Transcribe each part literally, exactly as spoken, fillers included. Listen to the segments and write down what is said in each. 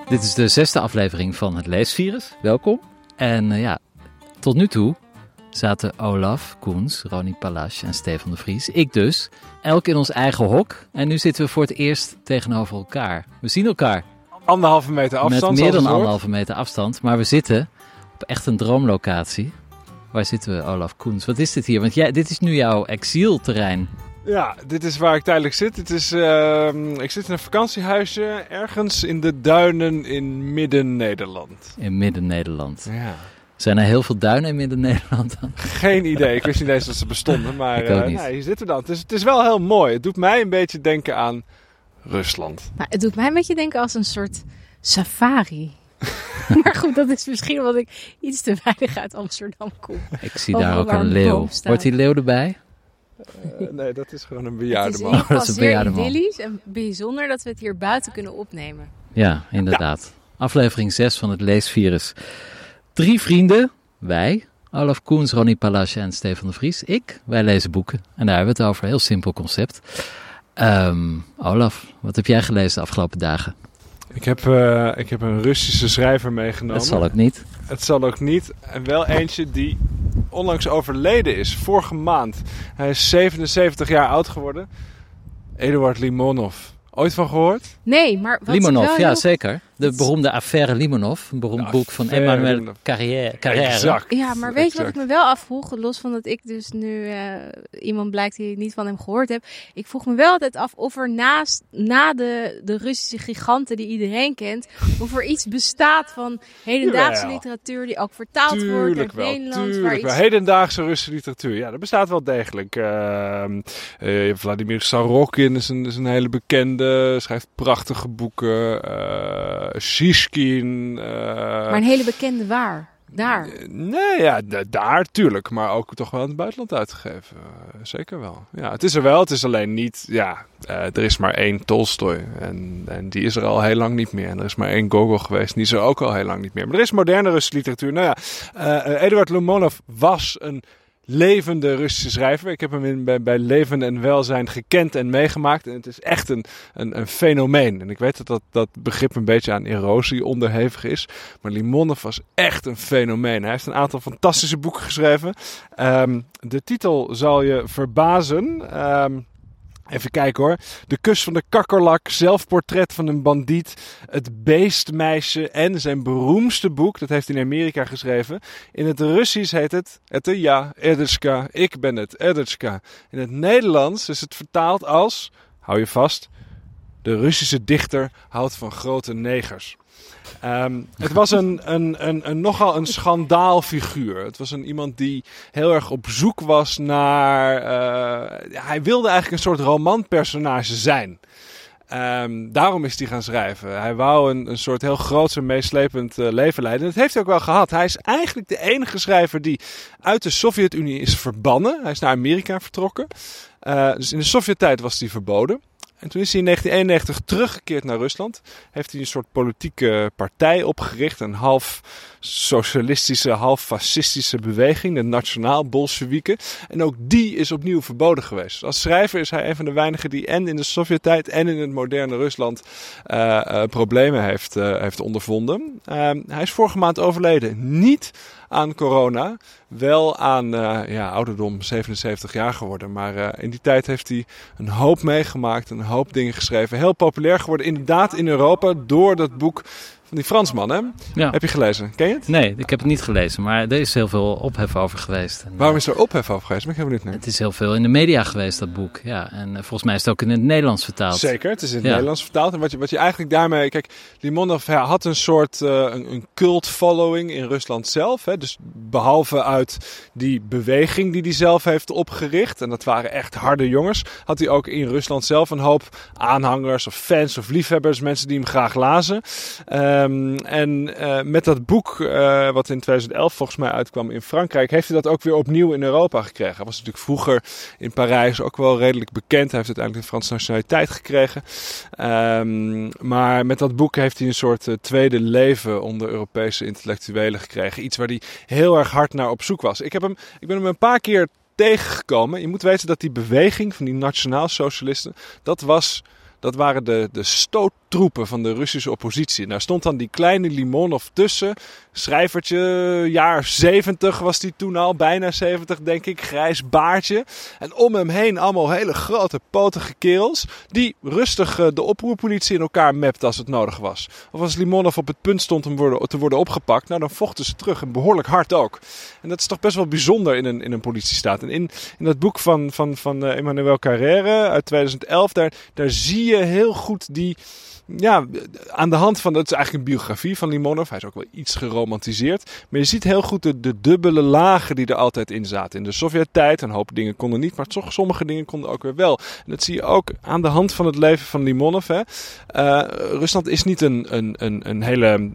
Dit is de zesde aflevering van het Leesvirus. Welkom. En uh, ja, tot nu toe zaten Olaf Koens, Ronnie Palace en Stefan de Vries, ik dus, elk in ons eigen hok. En nu zitten we voor het eerst tegenover elkaar. We zien elkaar. Anderhalve meter afstand. Met meer dan anderhalve meter afstand. Maar we zitten op echt een droomlocatie. Waar zitten we, Olaf Koens? Wat is dit hier? Want jij, dit is nu jouw exielterrein. Ja, dit is waar ik tijdelijk zit. Het is, uh, ik zit in een vakantiehuisje ergens in de duinen in Midden-Nederland. In Midden-Nederland. Ja. Zijn er heel veel duinen in Midden-Nederland dan? Geen idee. Ik wist niet eens dat ze bestonden. Maar ik ook uh, niet. Nou, hier zitten we dan. Het is, het is wel heel mooi. Het doet mij een beetje denken aan Rusland. Maar het doet mij een beetje denken als een soort safari. Maar goed, dat is misschien omdat ik iets te weinig uit Amsterdam kom. Ik zie daar ook een leeuw. Hoort die leeuw erbij? Uh, nee, dat is gewoon een bejaardeman. Het is in ieder dat is geval een zeer idyllisch en bijzonder dat we het hier buiten kunnen opnemen. Ja, inderdaad. Ja. Aflevering zes van het Leesvirus. Drie vrienden, wij, Olaf Koens, Ronnie Palace en Stefan de Vries. Ik, wij lezen boeken. En daar hebben we het over. Heel simpel concept. Um, Olaf, wat heb jij gelezen de afgelopen dagen? Ik heb, uh, ik heb een Russische schrijver meegenomen. Dat zal ook niet. Het zal ook niet. En wel eentje die onlangs overleden is. Vorige maand. Hij is zevenenzeventig jaar oud geworden. Eduard Limonov. Ooit van gehoord? Nee, maar wat Limonov, wel ja heel... zeker. De beroemde affaire Limonov. Een beroemd boek van Emmanuel Carrère. Exact. Ja, maar weet je wat ik me wel afvroeg? Los van dat ik dus nu uh, iemand blijkt die niet van hem gehoord heb. Ik vroeg me wel altijd af of er naast, na de, de Russische giganten die iedereen kent, of er iets bestaat van hedendaagse Jawel. literatuur die ook vertaald Tuurlijk wordt naar wel, Nederlands. Tuurlijk Waar wel. iets... Hedendaagse Russische literatuur. Ja, dat bestaat wel degelijk. Uh, uh, Vladimir Sorokin is een, is een hele bekende. Schrijft prachtige boeken. Uh, Shishkin. Uh, maar een hele bekende waar? Daar? Nee, ja, d- daar tuurlijk. Maar ook toch wel in het buitenland uitgegeven. Uh, zeker wel. Ja, het is er wel. Het is alleen niet... Ja, uh, er is maar één Tolstoy. En, en die is er al heel lang niet meer. En er is maar één Gogol geweest. Die is er ook al heel lang niet meer. Maar er is moderne Russische literatuur. Nou ja, uh, uh, Eduard Limonov was een levende Russische schrijver. Ik heb hem in, bij, bij Leven en Welzijn gekend en meegemaakt. En het is echt een, een, een fenomeen. En ik weet dat, dat dat begrip een beetje aan erosie onderhevig is. Maar Limonov was echt een fenomeen. Hij heeft een aantal fantastische boeken geschreven. Um, de titel zal je verbazen. Um, Even kijken hoor. De kus van de kakkerlak, zelfportret van een bandiet, het beestmeisje en zijn beroemdste boek, dat heeft hij in Amerika geschreven. In het Russisch heet het, het ja, Editschka, ik ben het, Editschka. In het Nederlands is het vertaald als, hou je vast, de Russische dichter houdt van grote negers. Um, het was een, een, een, een nogal een schandaalfiguur. Het was een, iemand die heel erg op zoek was naar... Uh, hij wilde eigenlijk een soort romanpersonage zijn. Um, daarom is hij gaan schrijven. Hij wou een, een soort heel groots en meeslepend uh, leven leiden. En dat heeft hij ook wel gehad. Hij is eigenlijk de enige schrijver die uit de Sovjet-Unie is verbannen. Hij is naar Amerika vertrokken. Uh, dus in de Sovjet-tijd was hij verboden. En toen is hij in negentien eenennegentig teruggekeerd naar Rusland. Heeft hij een soort politieke partij opgericht. Een half socialistische, half fascistische beweging. De Nationaal-Bolsjewieken. En ook die is opnieuw verboden geweest. Als schrijver is hij een van de weinigen die en in de Sovjet-tijd en in het moderne Rusland uh, uh, problemen heeft, uh, heeft ondervonden. Uh, hij is vorige maand overleden. Niet aan corona, wel aan uh, ja, ouderdom, zevenenzeventig jaar geworden. Maar uh, in die tijd heeft hij een hoop meegemaakt, een hoop dingen geschreven. Heel populair geworden, inderdaad in Europa, door dat boek van die Fransman, hè? Ja. Heb je gelezen? Ken je het? Nee, ik heb het niet gelezen, maar er is heel veel ophef over geweest. En, Waarom is er ophef over geweest? Ben ik helemaal benieuwd naar. Het is heel veel in de media geweest, dat boek. Ja, en uh, volgens mij is het ook in het Nederlands vertaald. Zeker, het is in het ja. Nederlands vertaald. En wat je, wat je eigenlijk daarmee... Kijk, Limonov ja, had een soort uh, een, een cult following in Rusland zelf. Hè? Dus behalve uit die beweging die hij zelf heeft opgericht, en dat waren echt harde jongens, had hij ook in Rusland zelf een hoop aanhangers of fans of liefhebbers, mensen die hem graag lazen. Um, en uh, met dat boek, uh, wat in twintig elf volgens mij uitkwam in Frankrijk, heeft hij dat ook weer opnieuw in Europa gekregen. Hij was natuurlijk vroeger in Parijs ook wel redelijk bekend. Hij heeft uiteindelijk de Franse nationaliteit gekregen. Um, maar met dat boek heeft hij een soort uh, tweede leven onder Europese intellectuelen gekregen. Iets waar hij heel erg hard naar op zoek was. Ik, heb hem, ik ben hem een paar keer tegengekomen. Je moet weten dat die beweging van die nationaal-socialisten, dat was... Dat waren de, de stoot troepen van de Russische oppositie. En daar stond dan die kleine Limonov tussen. Schrijvertje, jaar zeventig was die toen al. Bijna zeventig denk ik. Grijs baardje. En om hem heen allemaal hele grote potige kerels. Die rustig uh, de oproerpolitie in elkaar mapten als het nodig was. Of als Limonov op het punt stond om worden, te worden opgepakt. Nou dan vochten ze terug. En behoorlijk hard ook. En dat is toch best wel bijzonder in een, in een politiestaat. En in, in dat boek van, van, van uh, Emmanuel Carrère uit tweeduizend elf. Daar, daar zie je heel goed die... Ja, aan de hand van, dat is eigenlijk een biografie van Limonov. Hij is ook wel iets geromantiseerd. Maar je ziet heel goed de, de dubbele lagen die er altijd in zaten. In de Sovjet-tijd, een hoop dingen konden niet, maar toch sommige dingen konden ook weer wel. En dat zie je ook aan de hand van het leven van Limonov. Hè. Uh, Rusland is niet een, een, een, een hele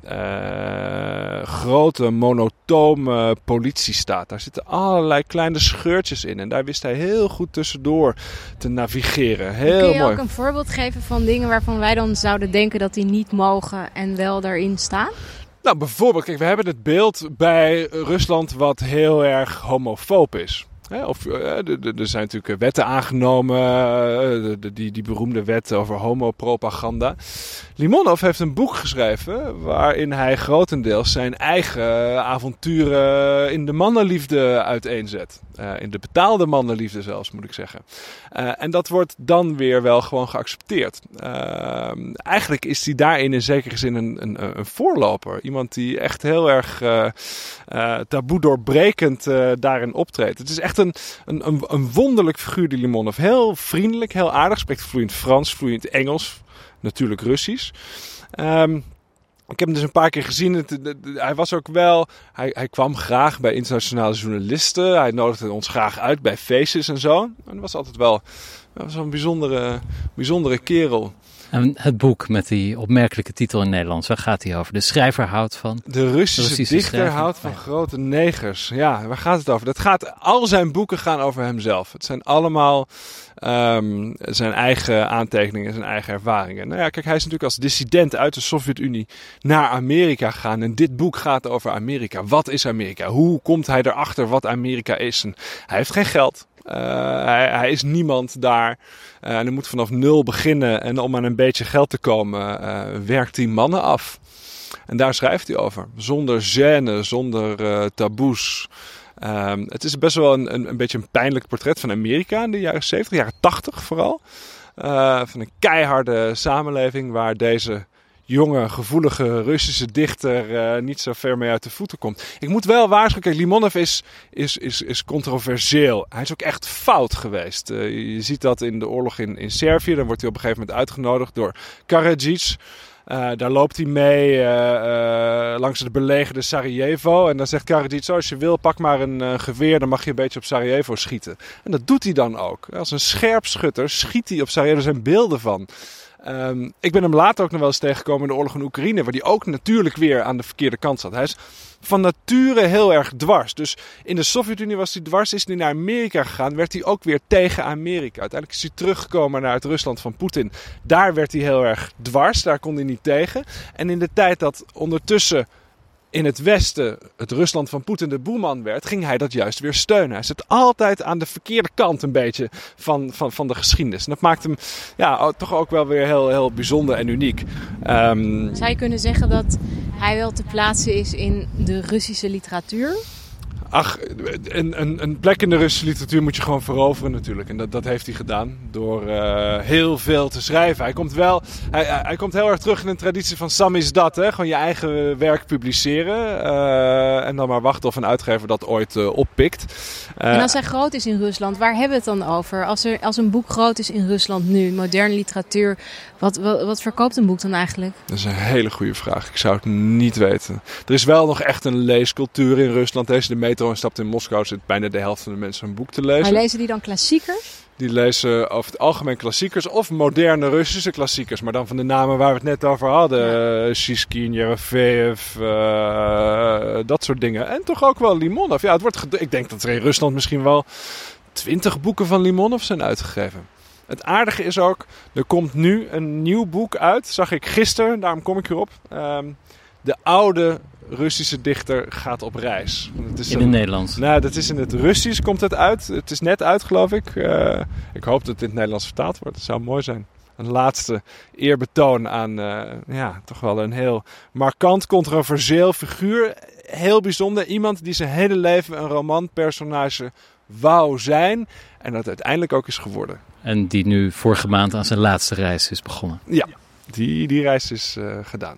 uh, grote, monotone politiestaat. Daar zitten allerlei kleine scheurtjes in. En daar wist hij heel goed tussendoor te navigeren. Heel Kun je mooi. ook een voorbeeld geven van dingen waarvan wij dan zouden denken dat die niet mogen en wel daarin staan? Nou, bijvoorbeeld, kijk, we hebben het beeld bij Rusland wat heel erg homofoob is. He, of, uh, er zijn natuurlijk wetten aangenomen, uh, die, die, die beroemde wet over homopropaganda. Limonov heeft een boek geschreven waarin hij grotendeels zijn eigen avonturen in de mannenliefde uiteenzet. Uh, in de betaalde mannenliefde zelfs, moet ik zeggen. Uh, en dat wordt dan weer wel gewoon geaccepteerd. Uh, eigenlijk is hij daarin in zekere zin een, een, een voorloper. Iemand die echt heel erg uh, uh, taboe doorbrekend uh, daarin optreedt. Het is echt een, een, een, een wonderlijk figuur, die Limonov. Heel vriendelijk, heel aardig. Spreekt vloeiend Frans, vloeiend Engels. Natuurlijk Russisch. Um, ik heb hem dus een paar keer gezien. Het, het, het, hij was ook wel... Hij, hij kwam graag bij internationale journalisten. Hij nodigde ons graag uit bij feestjes en zo. En dat was altijd wel, dat was wel een bijzondere, bijzondere kerel. En het boek met die opmerkelijke titel in het Nederlands, waar gaat hij over? De schrijver houdt van... De Russische, Russische dichter schrijver. houdt van grote negers. Ja, waar gaat het over? Dat gaat, al zijn boeken gaan over hemzelf. Het zijn allemaal um, zijn eigen aantekeningen, zijn eigen ervaringen. Nou ja, kijk, hij is natuurlijk als dissident uit de Sovjet-Unie naar Amerika gegaan. En dit boek gaat over Amerika. Wat is Amerika? Hoe komt hij erachter wat Amerika is? En hij heeft geen geld. Uh, hij, hij is niemand daar. Uh, en hij moet vanaf nul beginnen. En om aan een beetje geld te komen, uh, werkt hij mannen af. En daar schrijft hij over. Zonder gêne, zonder uh, taboes. Um, het is best wel een, een, een beetje een pijnlijk portret van Amerika in de jaren zeventig, jaren tachtig vooral. Uh, van een keiharde samenleving waar deze jonge, gevoelige Russische dichter uh, niet zo ver mee uit de voeten komt. Ik moet wel waarschuwen, kijk, Limonov is, is, is, is controversieel. Hij is ook echt fout geweest. Uh, je ziet dat in de oorlog in, in Servië. Dan wordt hij op een gegeven moment uitgenodigd door Karadzic. Uh, daar loopt hij mee uh, uh, langs de belegerde Sarajevo. En dan zegt Karadzic, als je wil, pak maar een uh, geweer. Dan mag je een beetje op Sarajevo schieten. En dat doet hij dan ook. Als een scherpschutter schiet hij op Sarajevo. Er zijn beelden van. Um, ik ben hem later ook nog wel eens tegengekomen in de oorlog in Oekraïne, waar hij ook natuurlijk weer aan de verkeerde kant zat. Hij is van nature heel erg dwars. Dus in de Sovjet-Unie was hij dwars, is hij naar Amerika gegaan, werd hij ook weer tegen Amerika. Uiteindelijk is hij teruggekomen naar het Rusland van Poetin. Daar werd hij heel erg dwars, daar kon hij niet tegen. En in de tijd dat ondertussen in het Westen het Rusland van Poetin de boeman werd, ging hij dat juist weer steunen. Hij zit altijd aan de verkeerde kant een beetje van, van, van de geschiedenis. En dat maakt hem ja, toch ook wel weer heel, heel bijzonder en uniek. Um, Zou je kunnen zeggen dat hij wel te plaatsen is in de Russische literatuur? Ach, een, een, een plek in de Russische literatuur moet je gewoon veroveren natuurlijk. En dat, dat heeft hij gedaan door uh, heel veel te schrijven. Hij komt wel, hij, hij komt heel erg terug in een traditie van samizdat. Hè? Gewoon je eigen werk publiceren. Uh, en dan maar wachten of een uitgever dat ooit uh, oppikt. Uh, en als hij groot is in Rusland, waar hebben we het dan over? Als, er, als een boek groot is in Rusland nu, moderne literatuur, wat, wat, wat verkoopt een boek dan eigenlijk? Dat is een hele goede vraag. Ik zou het niet weten. Er is wel nog echt een leescultuur in Rusland. Deze de metro en stapt in Moskou, zit bijna de helft van de mensen een boek te lezen. Maar lezen die dan klassiekers? Die lezen over het algemeen klassiekers of moderne Russische klassiekers. Maar dan van de namen waar we het net over hadden. Ja. Uh, Shishkin, Yerofeev, uh, dat soort dingen. En toch ook wel Limonov. Ja, het wordt ged- ik denk dat er in Rusland misschien wel twintig boeken van Limonov zijn uitgegeven. Het aardige is ook, er komt nu een nieuw boek uit. Zag ik gisteren, daarom kom ik erop. Um, de oude Russische dichter gaat op reis. Het is in een, het Nederlands? Nou, dat is in het Russisch komt het uit. Het is net uit, geloof ik. Uh, ik hoop dat het in het Nederlands vertaald wordt. Het zou mooi zijn. een laatste eerbetoon aan uh, ja, toch wel een heel markant, controversieel figuur. Heel bijzonder. Iemand die zijn hele leven een romanpersonage wou zijn. En dat uiteindelijk ook is geworden. En die nu vorige maand aan zijn laatste reis is begonnen. Ja, die, die reis is uh, gedaan.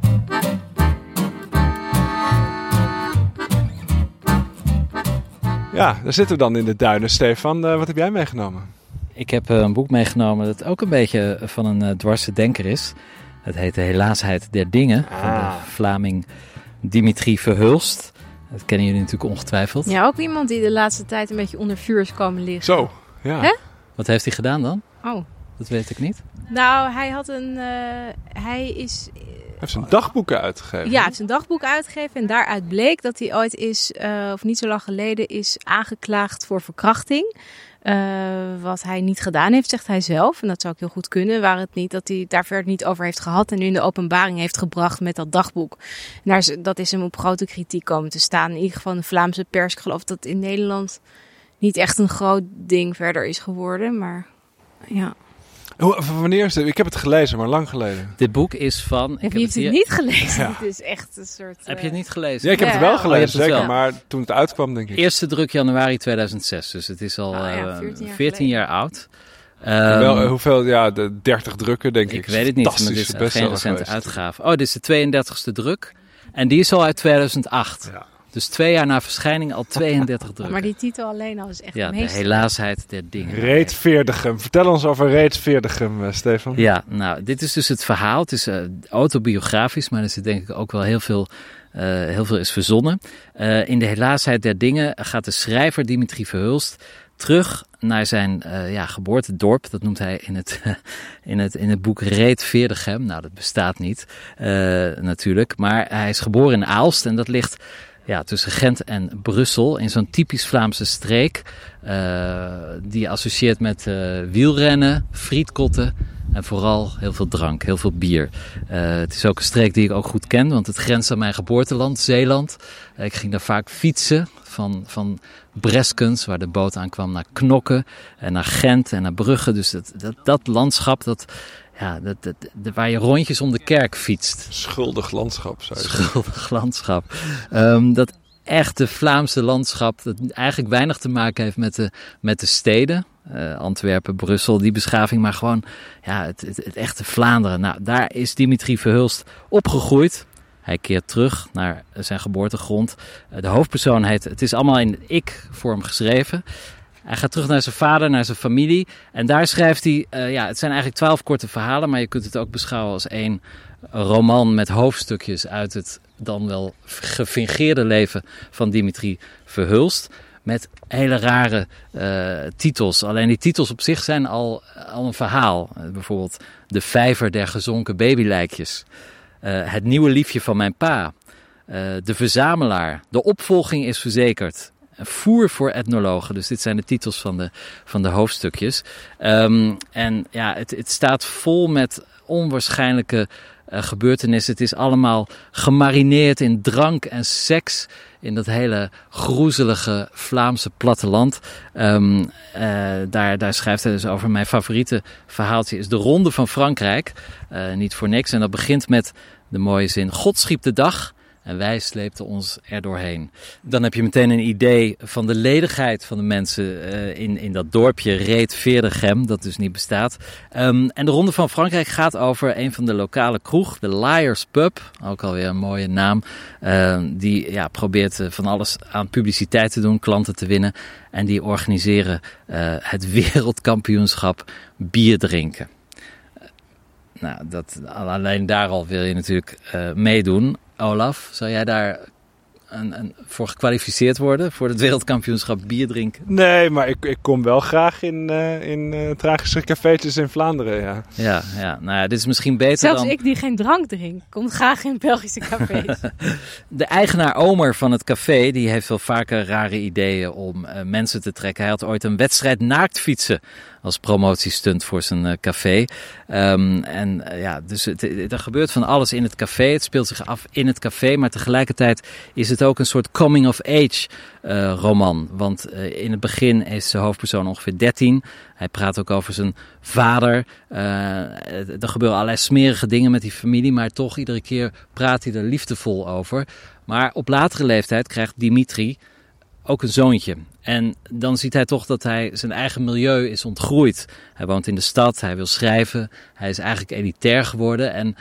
Ja, daar zitten we dan in de duinen. Stefan, uh, wat heb jij meegenomen? Ik heb uh, een boek meegenomen dat ook een beetje van een uh, dwarse denker is. Het heet De Helaasheid der Dingen ah. van de Vlaming Dimitri Verhulst. Dat kennen jullie natuurlijk ongetwijfeld. Ja, ook iemand die de laatste tijd een beetje onder vuur is komen liggen. Zo, ja. Hè? Wat heeft hij gedaan dan? Oh. Dat weet ik niet. Nou, hij had een... Uh, hij is... Uh, Hij heeft zijn dagboeken uitgegeven. Ja, hij heeft zijn dagboek uitgegeven. En daaruit bleek dat hij ooit is, uh, of niet zo lang geleden, is aangeklaagd voor verkrachting. Uh, wat hij niet gedaan heeft, zegt hij zelf. En dat zou ook heel goed kunnen. Waar het niet dat hij het daar verder niet over heeft gehad. En nu in de openbaring heeft gebracht met dat dagboek. En daar is, dat is hem op grote kritiek komen te staan. In ieder geval in de Vlaamse pers. Ik geloof dat in Nederland niet echt een groot ding verder is geworden. Maar ja... Hoe, wanneer is het? Ik heb het gelezen, maar lang geleden. Dit boek is van... Heb je het, het hier... niet gelezen? Ja. Het is echt een soort... Uh... Heb je het niet gelezen? Ja, ik heb ja, het wel ja. gelezen, oh, zeker. wel. Maar toen het uitkwam, denk ik. Eerste druk januari tweeduizend zes. Dus het is al oh, ja, veertien, uh, veertien jaar oud. Um, wel, hoeveel? Ja, de dertig drukken, denk ik. Ik weet het niet, maar dit is geen recente uitgave. Oh, dit is de tweeëndertigste druk. En die is al uit tweeduizend acht. Ja. Dus twee jaar na verschijning al tweeëndertig drukken. Maar die titel alleen al is echt ja, meest... de helaasheid der dingen. Reet Veerdegem. Vertel ons over Reet Veerdegem, uh, Stefan. Ja, nou, dit is dus het verhaal. Het is uh, autobiografisch, maar er zit denk ik ook wel heel veel, uh, heel veel is verzonnen. Uh, in de helaasheid der dingen gaat de schrijver Dimitri Verhulst terug naar zijn uh, ja, geboortedorp. Dat noemt hij in het, uh, in het, in het boek Reet Veerdegem. Nou, dat bestaat niet uh, natuurlijk. Maar hij is geboren in Aalst en dat ligt... Ja, tussen Gent en Brussel in zo'n typisch Vlaamse streek. Uh, die je associeert met uh, wielrennen, frietkotten en vooral heel veel drank, heel veel bier. Uh, het is ook een streek die ik ook goed ken, want het grenst aan mijn geboorteland, Zeeland. Uh, ik ging daar vaak fietsen van, van Breskens, waar de boot aankwam, naar Knokke en naar Gent en naar Brugge. Dus dat, dat, dat landschap, dat... Ja, dat, dat, dat, waar je rondjes om de kerk fietst. Schuldig landschap, zou je zeggen. Schuldig landschap. Um, dat echte Vlaamse landschap, dat eigenlijk weinig te maken heeft met de, met de steden. Uh, Antwerpen, Brussel, die beschaving, maar gewoon ja, het, het, het echte Vlaanderen. Nou, daar is Dimitri Verhulst opgegroeid. Hij keert terug naar zijn geboortegrond. Uh, de hoofdpersoon heet, het is allemaal in ik-vorm geschreven. Hij gaat terug naar zijn vader, naar zijn familie. En daar schrijft hij, uh, ja, het zijn eigenlijk twaalf korte verhalen, maar je kunt het ook beschouwen als één roman met hoofdstukjes uit het dan wel gefingeerde leven van Dimitri Verhulst. Met hele rare uh, titels. Alleen die titels op zich zijn al, al een verhaal. Uh, bijvoorbeeld De Vijver der gezonken babylijkjes. Uh, het nieuwe liefje van mijn pa. Uh, de Verzamelaar. De opvolging is verzekerd. Voer voor etnologen. Dus dit zijn de titels van de, van de hoofdstukjes. Um, en ja, het, het staat vol met onwaarschijnlijke uh, gebeurtenissen. Het is allemaal gemarineerd in drank en seks. In dat hele groezelige Vlaamse platteland. Um, uh, daar, daar schrijft hij dus over. Mijn favoriete verhaaltje is De Ronde van Frankrijk. Uh, niet voor niks. En dat begint met de mooie zin. God schiep de dag. En wij sleepten ons er doorheen. Dan heb je meteen een idee van de ledigheid van de mensen uh, in, in dat dorpje Reet Veerdegem, dat dus niet bestaat. Um, en de Ronde van Frankrijk gaat over een van de lokale kroeg, de Liars Pub. Ook alweer een mooie naam. Uh, die ja, probeert uh, van alles aan publiciteit te doen, klanten te winnen. En die organiseren uh, het wereldkampioenschap bier drinken. Uh, nou, dat, alleen daar al wil je natuurlijk uh, meedoen. Olaf, zou jij daar een, een, voor gekwalificeerd worden? Voor het wereldkampioenschap bier drinken? Nee, maar ik, ik kom wel graag in, uh, in uh, tragische cafeetjes in Vlaanderen, ja. Ja, ja, nou ja, dit is misschien beter Zelfs dan... Zelfs ik die geen drank drink, kom graag in Belgische cafés. De eigenaar Omer van het café, die heeft wel vaker rare ideeën om uh, mensen te trekken. Hij had ooit een wedstrijd naaktfietsen als promotiestunt voor zijn uh, café. Um, en uh, ja, dus het, er gebeurt van alles in het café. Het speelt zich af in het café, maar tegelijkertijd is het ook een soort coming-of-age uh, roman. Want uh, in het begin is de hoofdpersoon ongeveer dertien. Hij praat ook over zijn vader. Uh, er gebeuren allerlei smerige dingen met die familie, maar toch iedere keer praat hij er liefdevol over. Maar op latere leeftijd krijgt Dimitri ook een zoontje. En dan ziet hij toch dat hij zijn eigen milieu is ontgroeid. Hij woont in de stad, hij wil schrijven. Hij is eigenlijk elitair geworden. En,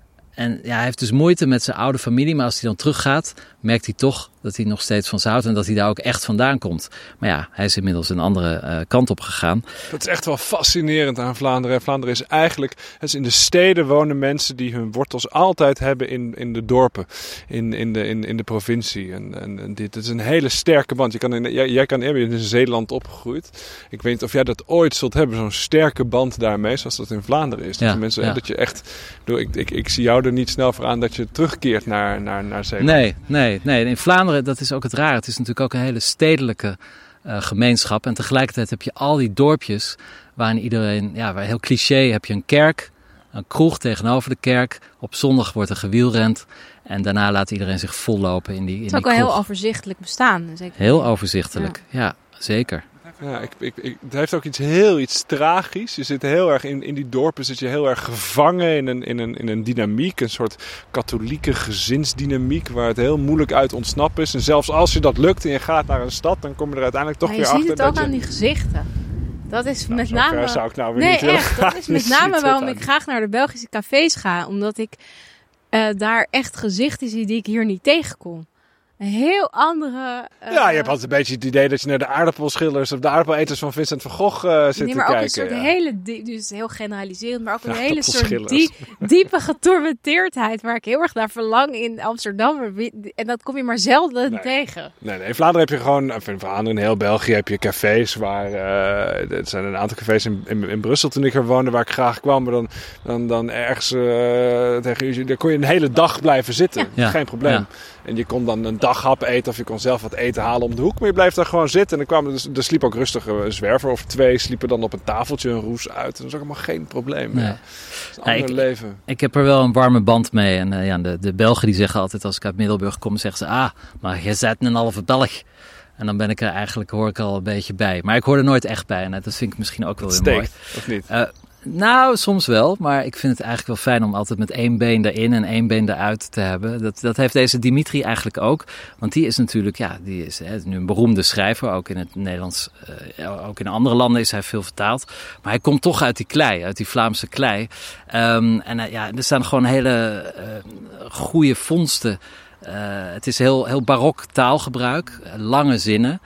en ja, hij heeft dus moeite met zijn oude familie. Maar als hij dan teruggaat, merkt hij toch dat hij nog steeds van ze houdt. En dat hij daar ook echt vandaan komt. Maar ja, hij is inmiddels een andere uh, kant op gegaan. Dat is echt wel fascinerend aan Vlaanderen. Vlaanderen is eigenlijk, het is in de steden wonen mensen die hun wortels altijd hebben in, in de dorpen. In, in, de, in, in de provincie. En, en, en dit is een hele sterke band. Je kan in, jij, jij kan eerder in Zeeland opgegroeid. Ik weet niet of jij dat ooit zult hebben. Zo'n sterke band daarmee. Zoals dat in Vlaanderen is. Dat, Ja, mensen, ja. dat je echt, ik, ik, ik zie jou er niet snel voor aan dat je terugkeert naar, naar, naar Zeeland. Nee, nee, nee. In Vlaanderen, dat is ook het raar. Het is natuurlijk ook een hele stedelijke uh, gemeenschap. En tegelijkertijd heb je al die dorpjes waarin iedereen, ja, waar heel cliché heb je een kerk, een kroeg tegenover de kerk. Op zondag wordt er gewielrend en daarna laat iedereen zich vollopen in die in Het is die ook wel kroeg. heel overzichtelijk bestaan. Zeker. Heel overzichtelijk, ja, ja zeker. Ja, ik, ik, ik, het heeft ook iets heel iets tragisch. Je zit heel erg in, in die dorpen zit je heel erg gevangen in een, in, een, in een dynamiek. Een soort katholieke gezinsdynamiek waar het heel moeilijk uit ontsnappen is. En zelfs als je dat lukt en je gaat naar een stad, dan kom je er uiteindelijk toch Maar weer je achter ziet het ook dat aan je... die gezichten. Dat is Nou, met zo name... ver zou ik nou weer nee, niet willen echt. gaan. Dat is Je met ziet name het waarom aan. ik graag naar de Belgische cafés ga. Omdat ik uh, daar echt gezichten zie die ik hier niet tegenkom. Een heel andere... Uh, Ja, je hebt altijd een beetje het idee dat je naar de aardappelschillers of de aardappeleters van Vincent van Gogh uh, zit nee, te maar ook kijken. een soort ja. hele, die- dus heel generaliserend, maar ook een Ja, hele soort aardappelschillers. die, diepe getormenteerdheid waar ik heel erg naar verlang in Amsterdam. En dat kom je maar zelden Nee. tegen. Nee, nee, in Vlaanderen heb je gewoon, of in Vlaanderen, in heel België heb je cafés waar, uh, er zijn een aantal cafés in, in, in Brussel toen ik er woonde waar ik graag kwam, maar dan, dan, dan ergens, uh, tegen, daar kon je een hele dag blijven zitten, Ja. geen probleem. Ja. En je kon dan een daghap eten of je kon zelf wat eten halen om de hoek, maar je bleef daar gewoon zitten. En dan kwam er, er sliep ook rustig een zwerver of twee, sliepen dan op een tafeltje een roes uit. En dat is ook helemaal geen probleem. Nee. Ja. Het is een Nee, ander ik- leven. Ik heb er wel een warme band mee. En uh, ja, de, de Belgen die zeggen altijd, als ik uit Middelburg kom, zeggen ze, ah, maar je bent een halve Belg. En dan ben ik er eigenlijk, hoor ik al een beetje bij. Maar ik hoor er nooit echt bij. En uh, dat vind ik misschien ook wel Het weer mooi. steekt, of niet? Uh, nou, soms wel. Maar ik vind het eigenlijk wel fijn om altijd met één been erin en één been eruit te hebben. Dat, dat heeft deze Dimitri eigenlijk ook. Want die is natuurlijk, ja, die is hè, nu een beroemde schrijver. Ook in het Nederlands, uh, ook in andere landen is hij veel vertaald. Maar hij komt toch uit die klei, uit die Vlaamse klei. Um, en uh, ja, er staan gewoon hele uh, goede vondsten. Uh, het is heel, heel barok taalgebruik, lange zinnen.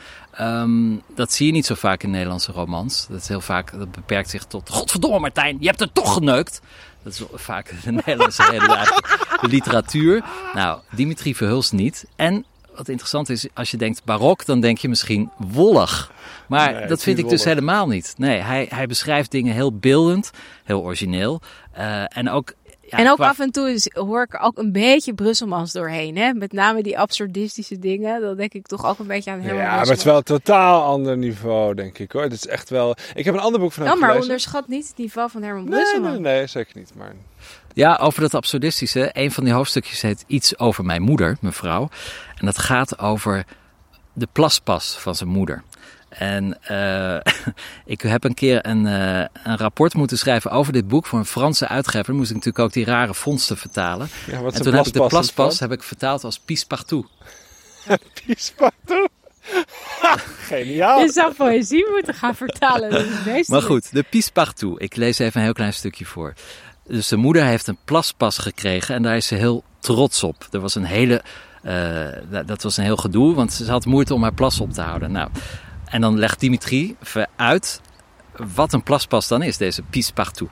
Um, dat zie je niet zo vaak in Nederlandse romans. Dat is heel vaak, dat beperkt zich tot, godverdomme Martijn, je hebt het toch geneukt. Dat is vaak de Nederlandse reden eigenlijk, de literatuur. Nou, Dimitri Verhulst niet. En wat interessant is, als je denkt barok, dan denk je misschien wollig. Maar Nee, het dat is vind niet ik dus wollig. helemaal niet. Nee, hij, hij beschrijft dingen heel beeldend, heel origineel. Uh, en ook... Ja, en ook qua... af en toe is, hoor ik er ook een beetje Brusselmans doorheen. Hè? Met name die absurdistische dingen. Dan denk ik toch ook een beetje aan Herman Ja, maar het is wel een totaal ander niveau, denk ik hoor. Het is echt wel... Ik heb een ander boek van hem Ja, maar gelezen. onderschat niet het niveau van Herman Nee, Brusselman. nee, nee, zeker niet. Maar... Ja, over dat absurdistische. Een van die hoofdstukjes heet Iets over mijn moeder, mevrouw. En dat gaat over de plaspas van zijn moeder. En uh, ik heb een keer een, uh, een rapport moeten schrijven over dit boek voor een Franse uitgever. Dan moest ik natuurlijk ook die rare vondsten vertalen. Ja, wat is En een toen heb ik de plaspas in plaspas het heb ik vertaald als Pies Partout. Pispartout. Geniaal. Je zou poëzie moeten gaan vertalen. Dat is meestal Maar goed, de Pies Partout. Ik lees even een heel klein stukje voor. Dus de moeder heeft een plaspas gekregen en daar is ze heel trots op. Er was een hele, uh, dat was een heel gedoe, want ze had moeite om haar plas op te houden. Nou, en dan legt Dimitri uit wat een plaspas dan is, deze Pies Partout.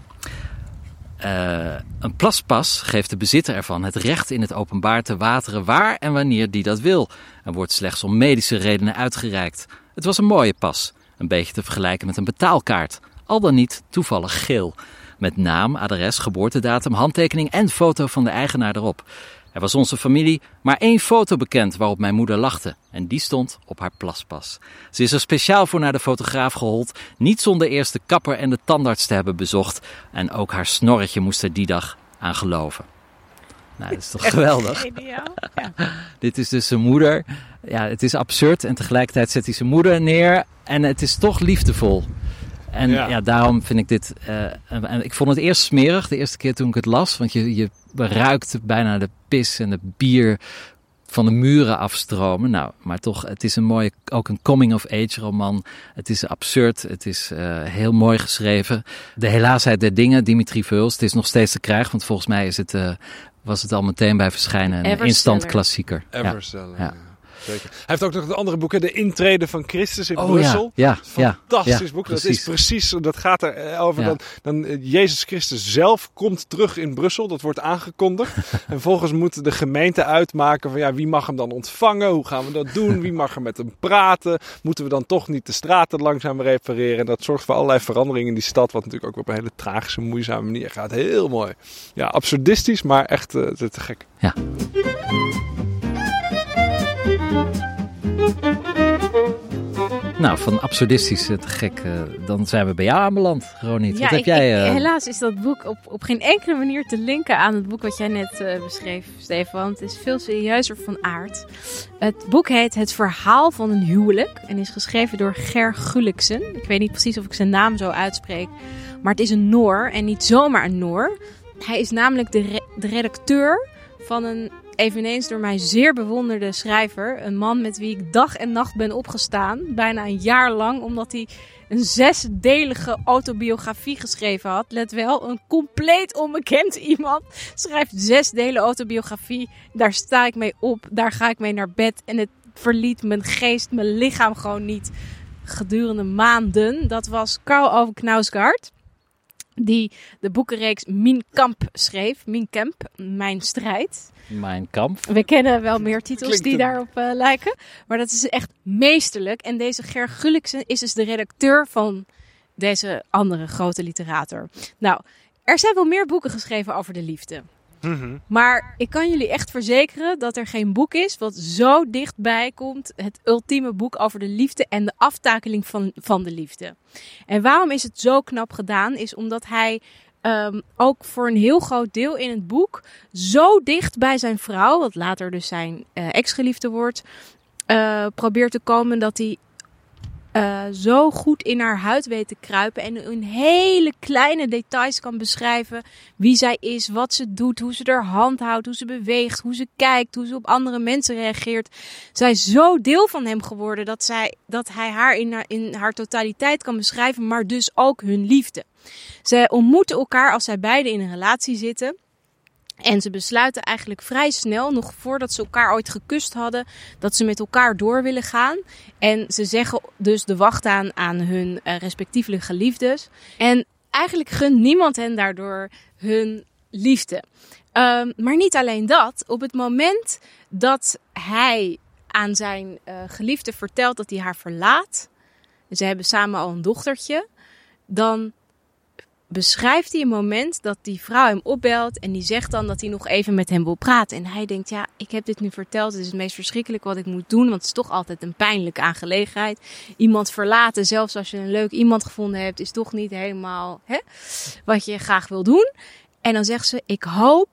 Uh, een plaspas geeft de bezitter ervan het recht in het openbaar te wateren waar en wanneer die dat wil. En wordt slechts om medische redenen uitgereikt. Het was een mooie pas, een beetje te vergelijken met een betaalkaart. Al dan niet toevallig geel. Met naam, adres, geboortedatum, handtekening en foto van de eigenaar erop. Er was onze familie maar één foto bekend waarop mijn moeder lachte. En die stond op haar plaspas. Ze is er speciaal voor naar de fotograaf gehold. Niet zonder eerst de kapper en de tandarts te hebben bezocht. En ook haar snorretje moest er die dag aan geloven. Nou, dat is toch geweldig? Ideaal. Ja. Dit is dus zijn moeder. Ja, het is absurd en tegelijkertijd zet hij zijn moeder neer. En het is toch liefdevol. En ja, Ja. daarom vind ik dit... Uh, en ik vond het eerst smerig, de eerste keer toen ik het las. Want je, je ruikt bijna de pis en het bier van de muren afstromen. Nou, maar toch, het is een mooie, ook een coming-of-age roman. Het is absurd, het is uh, heel mooi geschreven. De helaasheid der dingen, Dimitri Verhulst. Het is nog steeds te krijgen, want volgens mij is het, uh, was het al meteen bij verschijnen een Everseller. instant klassieker. Everseller, Ja. ja. Zeker. Hij heeft ook nog de andere boeken, De Intrede van Christus in Oh Brussel. ja, ja, Fantastisch ja, boek. precies. Dat is precies, dat gaat er over. Ja. Dan, dan uh, Jezus Christus zelf komt terug in Brussel. Dat wordt aangekondigd. En volgens moet de gemeente uitmaken van ja, wie mag hem dan ontvangen? Hoe gaan we dat doen? Wie mag er met hem praten? Moeten we dan toch niet de straten langzaam repareren? En dat zorgt voor allerlei veranderingen in die stad. Wat natuurlijk ook op een hele tragische, moeizame manier gaat. Heel mooi. Ja, absurdistisch, maar echt uh, te, te gek. Ja. Nou, van absurdistisch te gek, uh, dan zijn we bij jou aanbeland, Ronit. Ja, Wat heb ik- jij? ik- Uh... helaas is dat boek op, op geen enkele manier te linken aan het boek wat jij net uh, beschreef, Stefan. Het is veel serieuzer van aard. Het boek heet Het Verhaal van een Huwelijk en is geschreven door Ger Gulliksen. Ik weet niet precies of ik zijn naam zo uitspreek, maar het is een Noor en niet zomaar een Noor. Hij is namelijk de, re- de redacteur van een eveneens door mij zeer bewonderde schrijver. Een man met wie ik dag en nacht ben opgestaan. Bijna een jaar lang. Omdat hij een zesdelige autobiografie geschreven had. Let wel, een compleet onbekend iemand schrijft zes delen autobiografie. Daar sta ik mee op. Daar ga ik mee naar bed. En het verliet mijn geest, mijn lichaam gewoon niet gedurende maanden. Dat was Karl Ove Knausgaard. Die de boekenreeks Mein Kamp schreef. Mein Kamp, Mijn Strijd. Mijn kamp. We kennen wel meer titels Klinkt die een- daarop uh, lijken. Maar dat is echt meesterlijk. En deze Ger Gulliksen is dus de redacteur van deze andere grote literator. Nou, er zijn wel meer boeken geschreven over de liefde. Mhm. Maar ik kan jullie echt verzekeren dat er geen boek is wat zo dichtbij komt. Het ultieme boek over de liefde en de aftakeling van, van de liefde. En waarom is het zo knap gedaan? Is omdat hij um, ook voor een heel groot deel in het boek zo dicht bij zijn vrouw, wat later dus zijn uh, ex-geliefde wordt, uh, probeert te komen dat hij Uh, zo goed in haar huid weet te kruipen en in hele kleine details kan beschrijven wie zij is, wat ze doet, hoe ze haar hand houdt, hoe ze beweegt, hoe ze kijkt, hoe ze op andere mensen reageert. Zij is zo deel van hem geworden dat, zij, dat hij haar in, haar in haar totaliteit kan beschrijven, maar dus ook hun liefde. Zij ontmoeten elkaar als zij beiden in een relatie zitten. En ze besluiten eigenlijk vrij snel, nog voordat ze elkaar ooit gekust hadden, dat ze met elkaar door willen gaan. En ze zeggen dus de wacht aan aan hun uh, respectievelijke geliefdes. En eigenlijk gunt niemand hen daardoor hun liefde. Um, maar niet alleen dat. Op het moment dat hij aan zijn uh, geliefde vertelt dat hij haar verlaat, ze hebben samen al een dochtertje, dan beschrijft hij een moment dat die vrouw hem opbelt en die zegt dan dat hij nog even met hem wil praten. En hij denkt, ja, ik heb dit nu verteld, het is het meest verschrikkelijke wat ik moet doen, want het is toch altijd een pijnlijke aangelegenheid. Iemand verlaten, zelfs als je een leuk iemand gevonden hebt, is toch niet helemaal hè, wat je graag wil doen. En dan zegt ze, ik hoop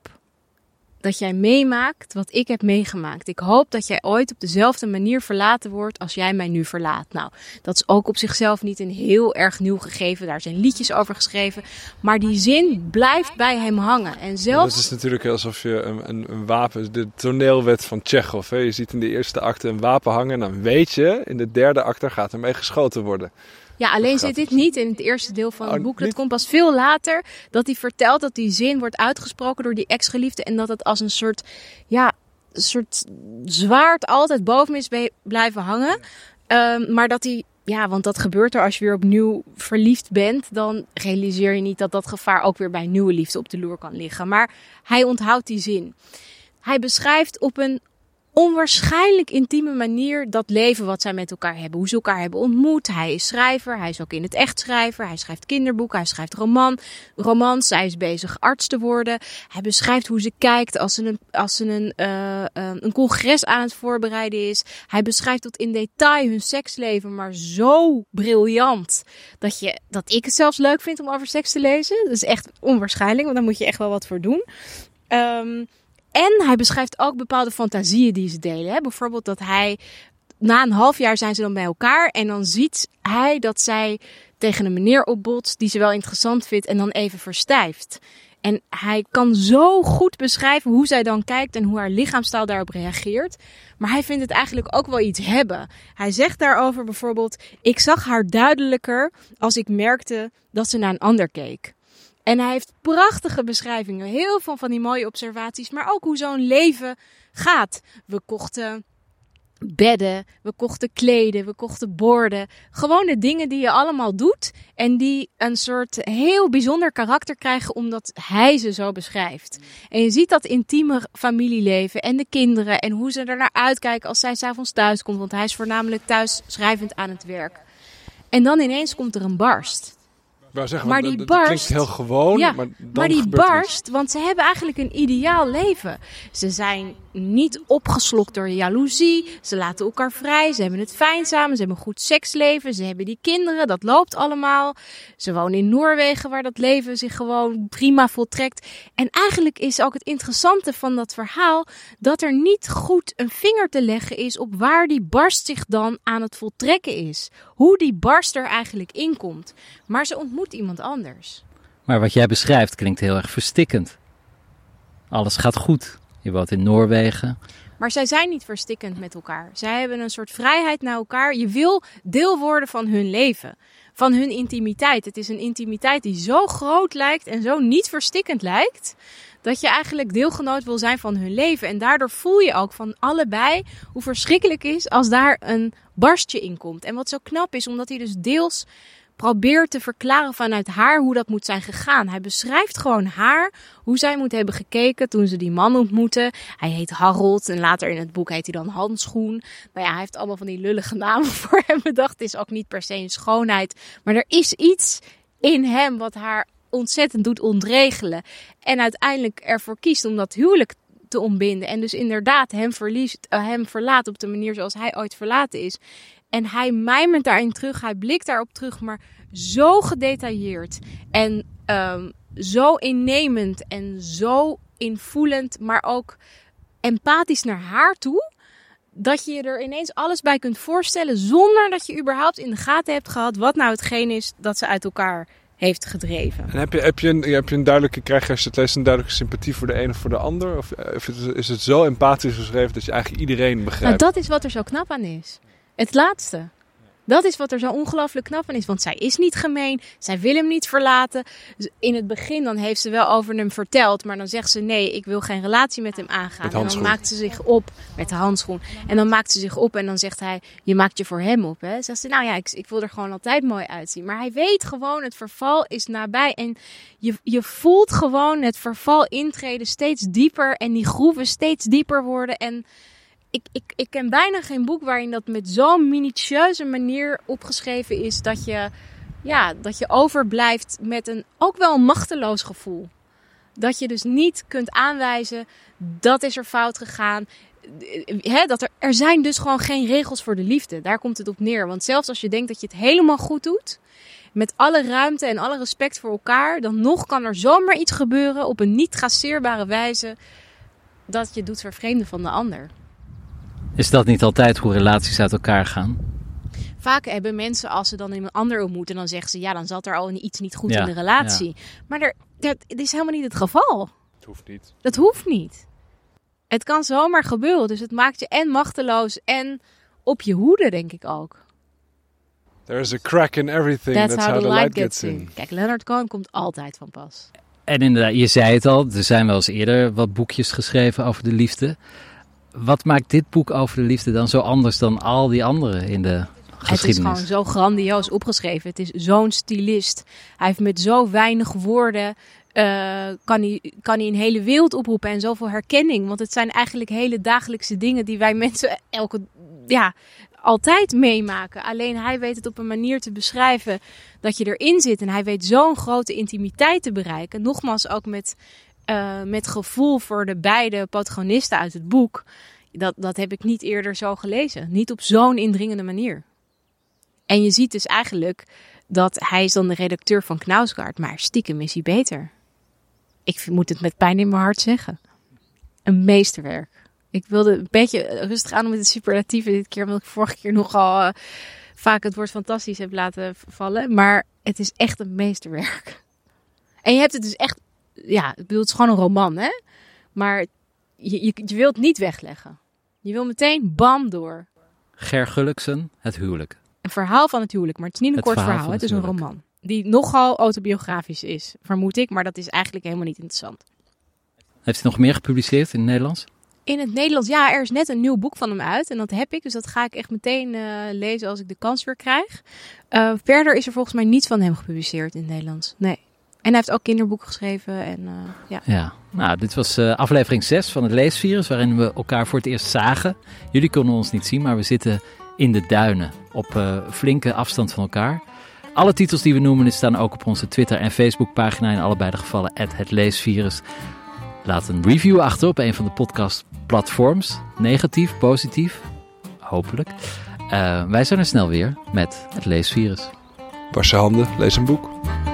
dat jij meemaakt wat ik heb meegemaakt. Ik hoop dat jij ooit op dezelfde manier verlaten wordt als jij mij nu verlaat. Nou, dat is ook op zichzelf niet een heel erg nieuw gegeven. Daar zijn liedjes over geschreven. Maar die zin blijft bij hem hangen. En zelfs... Dat is natuurlijk alsof je een, een, een wapen... De toneelwet van Tsjechov. Hè? Je ziet in de eerste acte een wapen hangen. En dan weet je, in de derde acte gaat ermee geschoten worden. Ja, alleen Dat zit gaat dit dus- niet in het eerste deel van het Oh, boek. Dat niet? komt pas veel later. Dat hij vertelt dat die zin wordt uitgesproken door die ex-geliefde. En dat het als een soort, ja, een soort zwaard altijd boven hem is be- blijven hangen. Um, maar dat hij, ja, want dat gebeurt er als je weer opnieuw verliefd bent. Dan realiseer je niet dat dat gevaar ook weer bij nieuwe liefde op de loer kan liggen. Maar hij onthoudt die zin. Hij beschrijft op een onwaarschijnlijk intieme manier dat leven wat zij met elkaar hebben. Hoe ze elkaar hebben ontmoet. Hij is schrijver. Hij is ook in het echt schrijver. Hij schrijft kinderboeken. Hij schrijft roman, romans. Zij is bezig arts te worden. Hij beschrijft hoe ze kijkt als ze een, als ze een, uh, uh, een congres aan het voorbereiden is. Hij beschrijft tot in detail hun seksleven. Maar zo briljant dat, je, dat ik het zelfs leuk vind om over seks te lezen. Dat is echt onwaarschijnlijk. Want daar moet je echt wel wat voor doen. Um, En hij beschrijft ook bepaalde fantasieën die ze delen. Hè? Bijvoorbeeld dat hij, na een half jaar zijn ze dan bij elkaar. En dan ziet hij dat zij tegen een meneer opbotst die ze wel interessant vindt. En dan even verstijft. En hij kan zo goed beschrijven hoe zij dan kijkt en hoe haar lichaamstaal daarop reageert. Maar hij vindt het eigenlijk ook wel iets hebben. Hij zegt daarover bijvoorbeeld: ik zag haar duidelijker als ik merkte dat ze naar een ander keek. En hij heeft prachtige beschrijvingen. Heel veel van die mooie observaties. Maar ook hoe zo'n leven gaat. We kochten bedden. We kochten kleden. We kochten borden. Gewoon de dingen die je allemaal doet. En die een soort heel bijzonder karakter krijgen. Omdat hij ze zo beschrijft. En je ziet dat intieme familieleven. En de kinderen. En hoe ze er naar uitkijken als zij 's avonds thuis komt. Want hij is voornamelijk thuis schrijvend aan het werk. En dan ineens komt er een barst. Zeggen, maar die dat, dat barst, klinkt heel gewoon, ja, maar, dan maar die barst, iets. Want ze hebben eigenlijk een ideaal leven. Ze zijn niet opgeslokt door jaloezie. Ze laten elkaar vrij. Ze hebben het fijn samen. Ze hebben een goed seksleven. Ze hebben die kinderen. Dat loopt allemaal. Ze wonen in Noorwegen, waar dat leven zich gewoon prima voltrekt. En eigenlijk is ook het interessante van dat verhaal dat er niet goed een vinger te leggen is op waar die barst zich dan aan het voltrekken is. Hoe die barst er eigenlijk in komt. Maar ze ontmoet iemand anders. Maar wat jij beschrijft klinkt heel erg verstikkend. Alles gaat goed. Je woont in Noorwegen. Maar zij zijn niet verstikkend met elkaar. Zij hebben een soort vrijheid naar elkaar. Je wil deel worden van hun leven. Van hun intimiteit. Het is een intimiteit die zo groot lijkt en zo niet verstikkend lijkt. Dat je eigenlijk deelgenoot wil zijn van hun leven. En daardoor voel je ook van allebei hoe verschrikkelijk is als daar een barstje in komt. En wat zo knap is, omdat hij dus deels probeert te verklaren vanuit haar hoe dat moet zijn gegaan. Hij beschrijft gewoon haar, hoe zij moet hebben gekeken toen ze die man ontmoette. Hij heet Harold en later in het boek heet hij dan Handschoen. Nou ja, hij heeft allemaal van die lullige namen voor hem bedacht. Het is ook niet per se een schoonheid. Maar er is iets in hem wat haar ontzettend doet ontregelen. En uiteindelijk ervoor kiest om dat huwelijk te ontbinden. En dus inderdaad hem, verliest, uh, hem verlaat op de manier zoals hij ooit verlaten is. En hij mijmert daarin terug, hij blikt daarop terug, maar zo gedetailleerd en um, zo innemend en zo invoelend, maar ook empathisch naar haar toe, dat je je er ineens alles bij kunt voorstellen zonder dat je überhaupt in de gaten hebt gehad wat nou hetgeen is dat ze uit elkaar heeft gedreven. En heb je, heb je, een, heb je een duidelijke, krijg je als je het leest een duidelijke sympathie voor de een of voor de ander? Of, of is het zo empathisch geschreven dat je eigenlijk iedereen begrijpt? Nou, dat is wat er zo knap aan is. Het laatste. Dat is wat er zo ongelooflijk knap aan is. Want zij is niet gemeen. Zij wil hem niet verlaten. In het begin dan heeft ze wel over hem verteld. Maar dan zegt ze nee, ik wil geen relatie met hem aangaan. En dan maakt ze zich op met de handschoen. En dan maakt ze zich op en dan zegt hij, je maakt je voor hem op. Hè? Zegt ze, nou ja, ik, ik wil er gewoon altijd mooi uitzien. Maar hij weet gewoon, het verval is nabij. En je, je voelt gewoon het verval intreden steeds dieper. En die groeven steeds dieper worden. En Ik, ik, ik ken bijna geen boek waarin dat met zo'n minutieuze manier opgeschreven is dat je, ja, dat je overblijft met een ook wel een machteloos gevoel. Dat je dus niet kunt aanwijzen, dat is er fout gegaan. He, dat er, er zijn dus gewoon geen regels voor de liefde. Daar komt het op neer. Want zelfs als je denkt dat je het helemaal goed doet, met alle ruimte en alle respect voor elkaar, dan nog kan er zomaar iets gebeuren op een niet traceerbare wijze dat je doet vervreemden van de ander. Is dat niet altijd hoe relaties uit elkaar gaan? Vaak hebben mensen, als ze dan een ander ontmoeten, dan zeggen ze, ja, dan zat er al iets niet goed ja, in de relatie. Ja. Maar er, dat is helemaal niet het geval. Het hoeft niet. Dat hoeft niet. Het kan zomaar gebeuren. Dus het maakt je en machteloos en op je hoede, denk ik ook. There's a crack in everything. That's, That's how, how the the light, light gets gets in. in. Kijk, Leonard Cohen komt altijd van pas. En inderdaad, je zei het al, er zijn wel eens eerder wat boekjes geschreven over de liefde. Wat maakt dit boek over de liefde dan zo anders dan al die andere in de geschiedenis? Het is gewoon zo grandioos opgeschreven. Het is zo'n stylist. Hij heeft met zo weinig woorden uh, kan, hij, kan hij een hele wereld oproepen en zoveel herkenning. Want het zijn eigenlijk hele dagelijkse dingen die wij mensen elke, ja, altijd meemaken. Alleen hij weet het op een manier te beschrijven dat je erin zit. En hij weet zo'n grote intimiteit te bereiken. Nogmaals ook met, uh, met gevoel voor de beide protagonisten uit het boek. Dat, dat heb ik niet eerder zo gelezen. Niet op zo'n indringende manier. En je ziet dus eigenlijk dat hij is dan de redacteur van Knausgaard, maar stiekem is hij beter. Ik moet het met pijn in mijn hart zeggen. Een meesterwerk. Ik wilde een beetje rustig aan met de superlatieven dit keer, omdat ik vorige keer nogal uh, vaak het woord fantastisch heb laten vallen. Maar het is echt een meesterwerk. En je hebt het dus echt, ja, ik bedoel, het is gewoon een roman, hè? Maar je, je, je wilt het niet wegleggen. Je wil meteen bam door. Ger Gulliksen, Het huwelijk. Een verhaal van het huwelijk, maar het is niet een Het kort verhaal verhaal. van Het het is een huwelijk. roman. Die nogal autobiografisch is, vermoed ik. Maar dat is eigenlijk helemaal niet interessant. Heeft hij nog meer gepubliceerd in het Nederlands? In het Nederlands, ja, er is net een nieuw boek van hem uit. En dat heb ik, dus dat ga ik echt meteen uh, lezen als ik de kans weer krijg. Uh, verder is er volgens mij niets van hem gepubliceerd in het Nederlands. Nee. En hij heeft ook kinderboeken geschreven. En, uh, ja. Ja, nou, dit was uh, aflevering zes van het Leesvirus, waarin we elkaar voor het eerst zagen. Jullie konden ons niet zien, maar we zitten in de duinen op uh, flinke afstand van elkaar. Alle titels die we noemen staan ook op onze Twitter- en Facebookpagina. In allebei de gevallen at het Leesvirus. Laat een review achter op een van de podcastplatforms. Negatief, positief, hopelijk. Uh, wij zijn er snel weer met het Leesvirus. Was je handen, lees een boek.